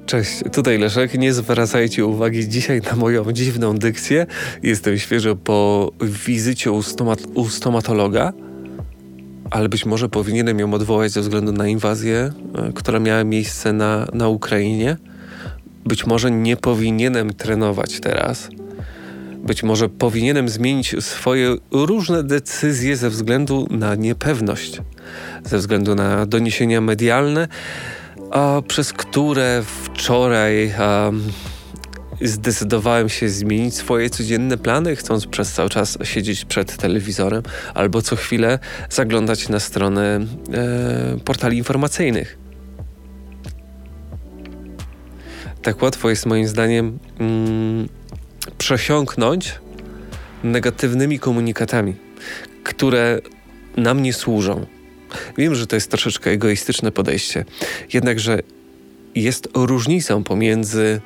Cześć, tutaj Leszek. Nie zwracajcie uwagi dzisiaj na moją dziwną dykcję. Jestem świeżo po wizycie u stomatologa, ale być może powinienem ją odwołać ze względu na inwazję, która miała miejsce na Ukrainie. Być może nie powinienem trenować teraz. Być może powinienem zmienić swoje różne decyzje ze względu na niepewność, ze względu na doniesienia medialne, przez które wczoraj zdecydowałem się zmienić swoje codzienne plany, chcąc przez cały czas siedzieć przed telewizorem albo co chwilę zaglądać na stronę portali informacyjnych. Tak łatwo jest moim zdaniem przesiąknąć negatywnymi komunikatami, które nam nie służą. Wiem, że to jest troszeczkę egoistyczne podejście, jednakże jest różnicą pomiędzy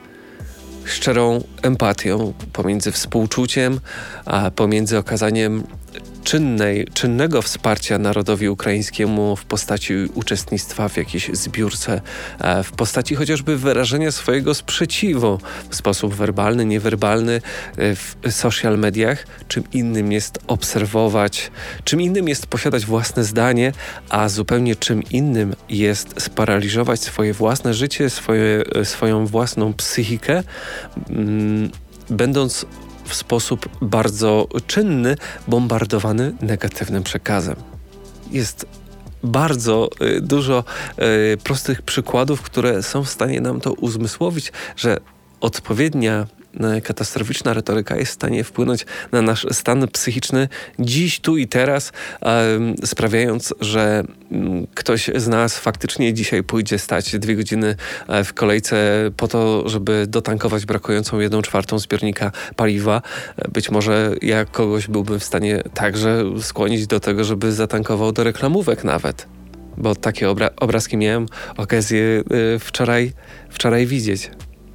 szczerą pomiędzy współczuciem, a pomiędzy okazaniem czynnego wsparcia narodowi ukraińskiemu w postaci uczestnictwa w jakiejś zbiórce, w postaci chociażby wyrażenia swojego sprzeciwu w sposób werbalny, niewerbalny w social mediach. Czym innym jest obserwować, czym innym jest posiadać własne zdanie, a zupełnie czym innym jest sparaliżować swoje własne życie, swoją własną psychikę, będąc w sposób bardzo czynny bombardowany negatywnym przekazem. Jest bardzo dużo prostych przykładów, które są w stanie nam to uzmysłowić, że odpowiednia katastroficzna retoryka jest w stanie wpłynąć na nasz stan psychiczny dziś, tu i teraz, sprawiając, że ktoś z nas faktycznie dzisiaj pójdzie stać 2 godziny w kolejce po to, żeby dotankować brakującą 1/4 zbiornika paliwa. Być może ja kogoś byłbym w stanie także skłonić do tego, żeby zatankował do reklamówek nawet. Bo takie obrazki miałem okazję wczoraj widzieć.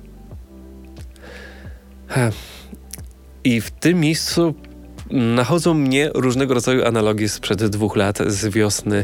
I w tym miejscu nachodzą mnie różnego rodzaju analogie sprzed 2 lat, z wiosny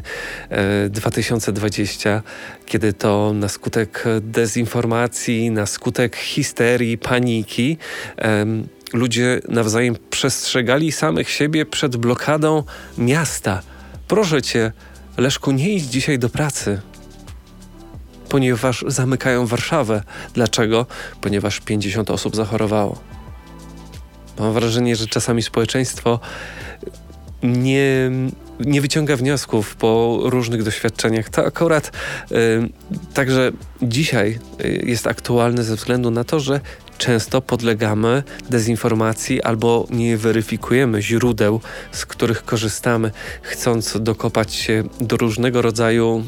2020, kiedy to na skutek dezinformacji, na skutek histerii, paniki, ludzie nawzajem przestrzegali samych siebie przed blokadą miasta. Proszę cię, Leszku, nie idź dzisiaj do pracy, ponieważ zamykają Warszawę. Dlaczego? Ponieważ 50 osób zachorowało. Mam wrażenie, że czasami społeczeństwo nie wyciąga wniosków po różnych doświadczeniach. To akurat także dzisiaj jest aktualne ze względu na to, że często podlegamy dezinformacji albo nie weryfikujemy źródeł, z których korzystamy, chcąc dokopać się do różnego rodzaju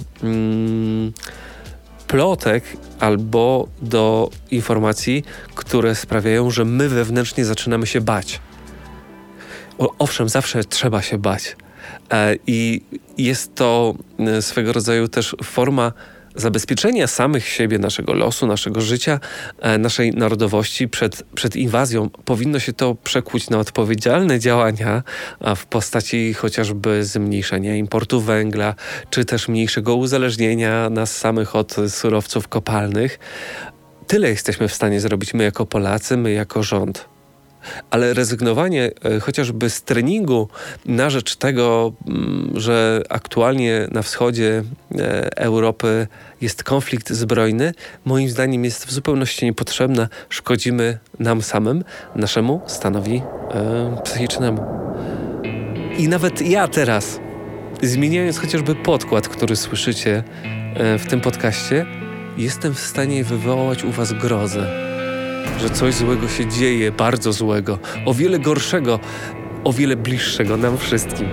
plotek albo do informacji, które sprawiają, że my wewnętrznie zaczynamy się bać. Owszem, zawsze trzeba się bać. I jest to swego rodzaju też forma zabezpieczenia samych siebie, naszego losu, naszego życia, naszej narodowości przed inwazją. Powinno się to przekuć na odpowiedzialne działania w postaci chociażby zmniejszenia importu węgla, czy też mniejszego uzależnienia nas samych od surowców kopalnych. Tyle jesteśmy w stanie zrobić my jako Polacy, my jako rząd. Ale rezygnowanie chociażby z treningu na rzecz tego, że aktualnie na wschodzie Europy jest konflikt zbrojny, moim zdaniem jest w zupełności niepotrzebne. Szkodzimy nam samym, naszemu stanowi psychicznemu. I nawet ja teraz, zmieniając chociażby podkład, który słyszycie w tym podcaście, jestem w stanie wywołać u was grozę. Że coś złego się dzieje, bardzo złego, o wiele gorszego, o wiele bliższego nam wszystkim.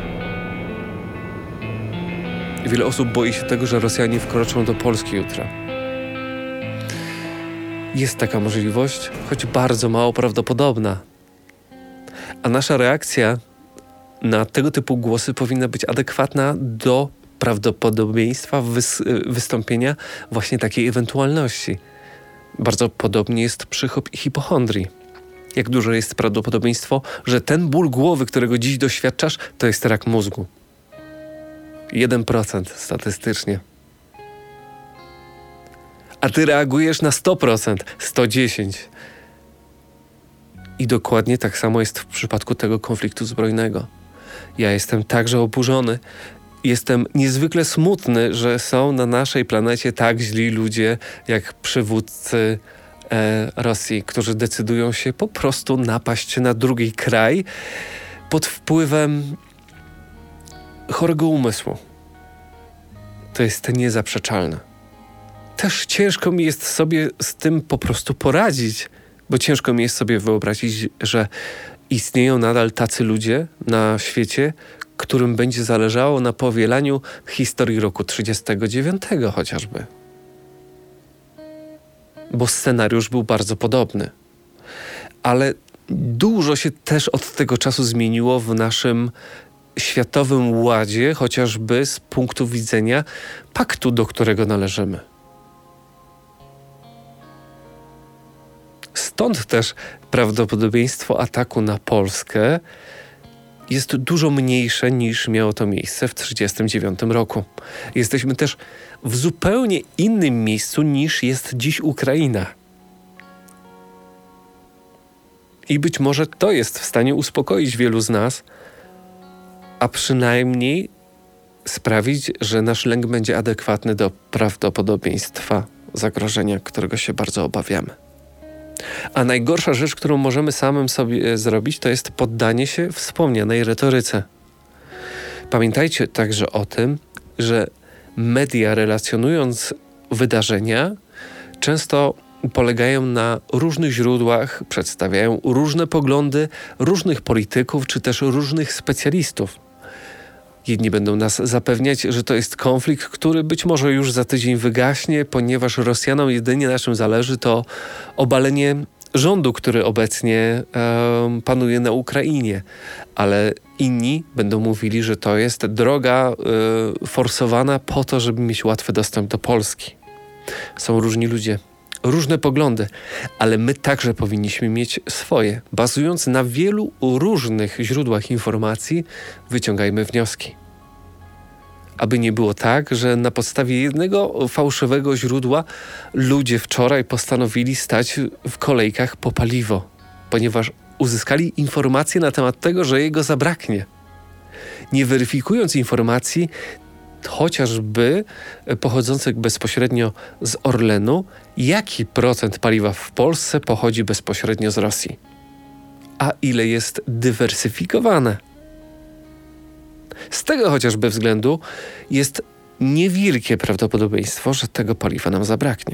Wiele osób boi się tego, że Rosjanie wkroczą do Polski jutro. Jest taka możliwość, choć bardzo mało prawdopodobna. A nasza reakcja na tego typu głosy powinna być adekwatna do prawdopodobieństwa wystąpienia właśnie takiej ewentualności. Bardzo podobnie jest przy hipochondrii. Jak duże jest prawdopodobieństwo, że ten ból głowy, którego dziś doświadczasz, to jest rak mózgu? 1% statystycznie. a ty reagujesz na 100%, 110%. I dokładnie tak samo jest w przypadku tego konfliktu zbrojnego. Ja jestem także oburzony. Jestem niezwykle smutny, że są na naszej planecie tak źli ludzie, jak przywódcy Rosji, którzy decydują się po prostu napaść na drugi kraj pod wpływem chorego umysłu. To jest niezaprzeczalne. Też ciężko mi jest sobie z tym po prostu poradzić, bo ciężko mi jest sobie wyobrazić, że istnieją nadal tacy ludzie na świecie, którym będzie zależało na powielaniu historii roku 1939 chociażby. Bo scenariusz był bardzo podobny. Ale dużo się też od tego czasu zmieniło w naszym światowym ładzie, chociażby z punktu widzenia paktu, do którego należymy. Stąd też prawdopodobieństwo ataku na Polskę jest dużo mniejsze niż miało to miejsce w 1939 roku. Jesteśmy też w zupełnie innym miejscu niż jest dziś Ukraina. I być może to jest w stanie uspokoić wielu z nas, a przynajmniej sprawić, że nasz lęk będzie adekwatny do prawdopodobieństwa zagrożenia, którego się bardzo obawiamy. A najgorsza rzecz, którą możemy samym sobie zrobić, to jest poddanie się wspomnianej retoryce. Pamiętajcie także o tym, że media, relacjonując wydarzenia, często polegają na różnych źródłach, przedstawiają różne poglądy różnych polityków czy też różnych specjalistów. Jedni będą nas zapewniać, że to jest konflikt, który być może już za tydzień wygaśnie, ponieważ Rosjanom jedynie na czym zależy to obalenie rządu, który obecnie panuje na Ukrainie. Ale inni będą mówili, że to jest droga forsowana po to, żeby mieć łatwy dostęp do Polski. Są różni ludzie, różne poglądy, ale my także powinniśmy mieć swoje. Bazując na wielu różnych źródłach informacji, wyciągajmy wnioski. Aby nie było tak, że na podstawie jednego fałszywego źródła ludzie wczoraj postanowili stać w kolejkach po paliwo, ponieważ uzyskali informacje na temat tego, że jego zabraknie. Nie weryfikując informacji, chociażby pochodzących bezpośrednio z Orlenu, jaki procent paliwa w Polsce pochodzi bezpośrednio z Rosji, a ile jest dywersyfikowane. Z tego chociażby względu jest niewielkie prawdopodobieństwo, że tego paliwa nam zabraknie.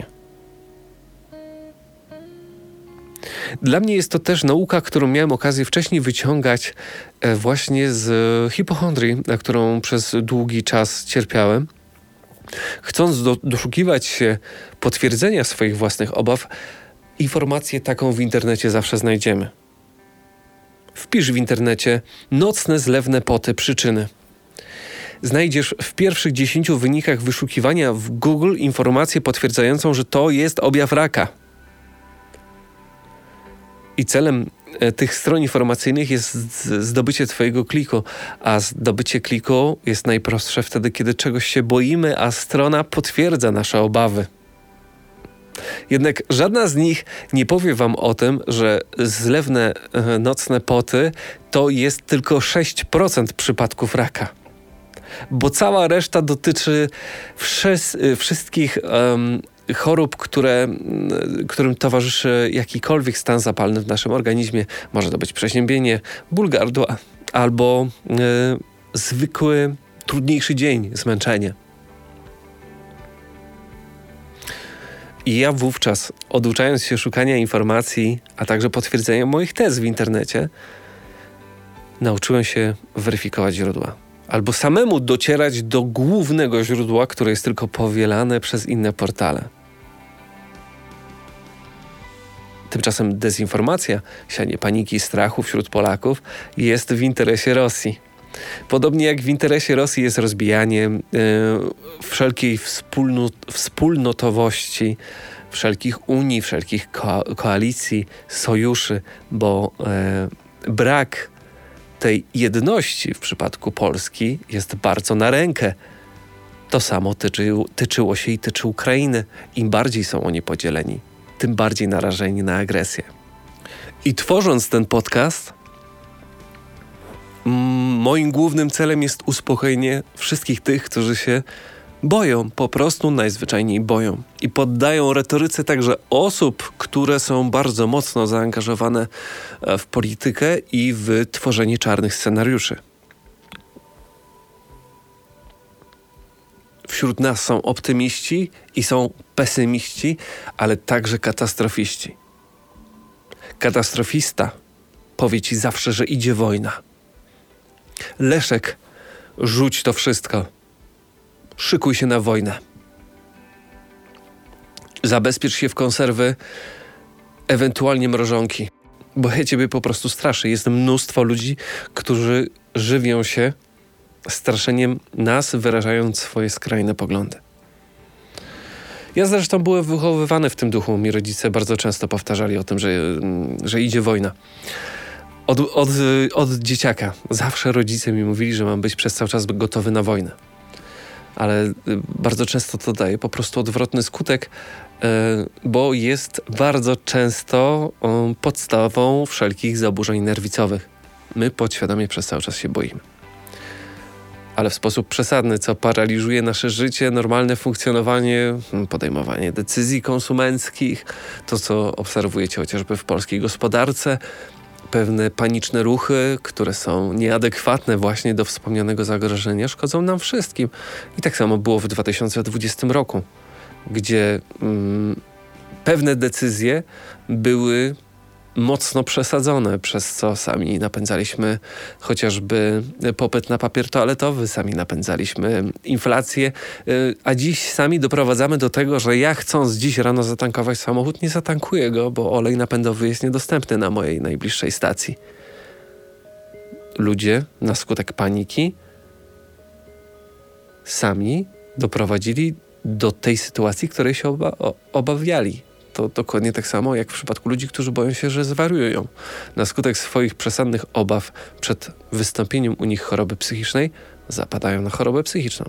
Dla mnie jest to też nauka, którą miałem okazję wcześniej wyciągać właśnie z hipochondrii, na którą przez długi czas cierpiałem. Chcąc doszukiwać się potwierdzenia swoich własnych obaw, informację taką w internecie zawsze znajdziemy. Wpisz w internecie nocne zlewne poty przyczyny. Znajdziesz w pierwszych 10 wynikach wyszukiwania w Google informację potwierdzającą, że to jest objaw raka. I celem tych stron informacyjnych jest zdobycie twojego kliku, a zdobycie kliku jest najprostsze wtedy, kiedy czegoś się boimy, a strona potwierdza nasze obawy. Jednak żadna z nich nie powie wam o tym, że zlewne nocne poty to jest tylko 6% przypadków raka. Bo cała reszta dotyczy wszystkich chorób, którym towarzyszy jakikolwiek stan zapalny w naszym organizmie. Może to być przeziębienie, ból gardła albo zwykły, trudniejszy dzień, zmęczenie. I ja wówczas, oduczając się szukania informacji, a także potwierdzenia moich tez w internecie, nauczyłem się weryfikować źródła. Albo samemu docierać do głównego źródła, które jest tylko powielane przez inne portale. Tymczasem dezinformacja, sianie paniki i strachu wśród Polaków jest w interesie Rosji. Podobnie jak w interesie Rosji jest rozbijanie wszelkiej wspólnotowości, wszelkich unii, wszelkich koalicji, sojuszy, bo brak tej jedności w przypadku Polski jest bardzo na rękę To samo tyczyło się i tyczy Ukrainy. Im bardziej są oni podzieleni, tym bardziej narażeni na agresję. I tworząc ten podcast, moim głównym celem jest uspokojenie wszystkich tych, którzy się boją, po prostu najzwyczajniej boją. I poddają retoryce także osób, które są bardzo mocno zaangażowane w politykę i w tworzenie czarnych scenariuszy. Wśród nas są optymiści i są pesymiści, ale także katastrofiści. Katastrofista powie ci zawsze, że idzie wojna. Leszek, rzuć to wszystko. Szykuj się na wojnę. Zabezpiecz się w konserwy, ewentualnie mrożonki. Bo ja ciebie po prostu straszę. Jest mnóstwo ludzi, którzy żywią się straszeniem nas, wyrażając swoje skrajne poglądy. Ja zresztą byłem wychowywany w tym duchu. Mi rodzice bardzo często powtarzali o tym, że idzie wojna. Od dzieciaka. Zawsze rodzice mi mówili, że mam być przez cały czas gotowy na wojnę. Ale bardzo często to daje po prostu odwrotny skutek, bo jest bardzo często podstawą wszelkich zaburzeń nerwicowych. My podświadomie przez cały czas się boimy. Ale w sposób przesadny, co paraliżuje nasze życie, normalne funkcjonowanie, podejmowanie decyzji konsumenckich, to co obserwujecie chociażby w polskiej gospodarce, pewne paniczne ruchy, które są nieadekwatne właśnie do wspomnianego zagrożenia, szkodzą nam wszystkim. I tak samo było w 2020 roku, gdzie pewne decyzje były mocno przesadzone, przez co sami napędzaliśmy chociażby popyt na papier toaletowy, sami napędzaliśmy inflację, a dziś sami doprowadzamy do tego, że ja chcąc dziś rano zatankować samochód, nie zatankuję go, bo olej napędowy jest niedostępny na mojej najbliższej stacji. Ludzie na skutek paniki sami doprowadzili do tej sytuacji, której się obawiali. To dokładnie tak samo jak w przypadku ludzi, którzy boją się, że zwariują. Na skutek swoich przesadnych obaw przed wystąpieniem u nich choroby psychicznej zapadają na chorobę psychiczną.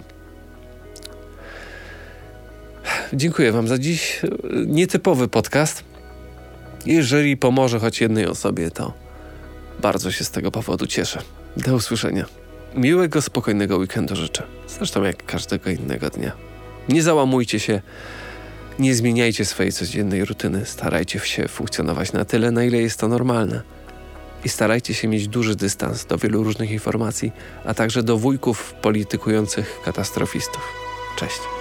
Dziękuję wam za dziś. Nietypowy podcast. Jeżeli pomoże choć jednej osobie, to bardzo się z tego powodu cieszę. Do usłyszenia. Miłego, spokojnego weekendu życzę. Zresztą jak każdego innego dnia. Nie załamujcie się. Nie zmieniajcie swojej codziennej rutyny. Starajcie się funkcjonować na tyle, na ile jest to normalne. I starajcie się mieć duży dystans do wielu różnych informacji, a także do wujków politykujących katastrofistów. Cześć.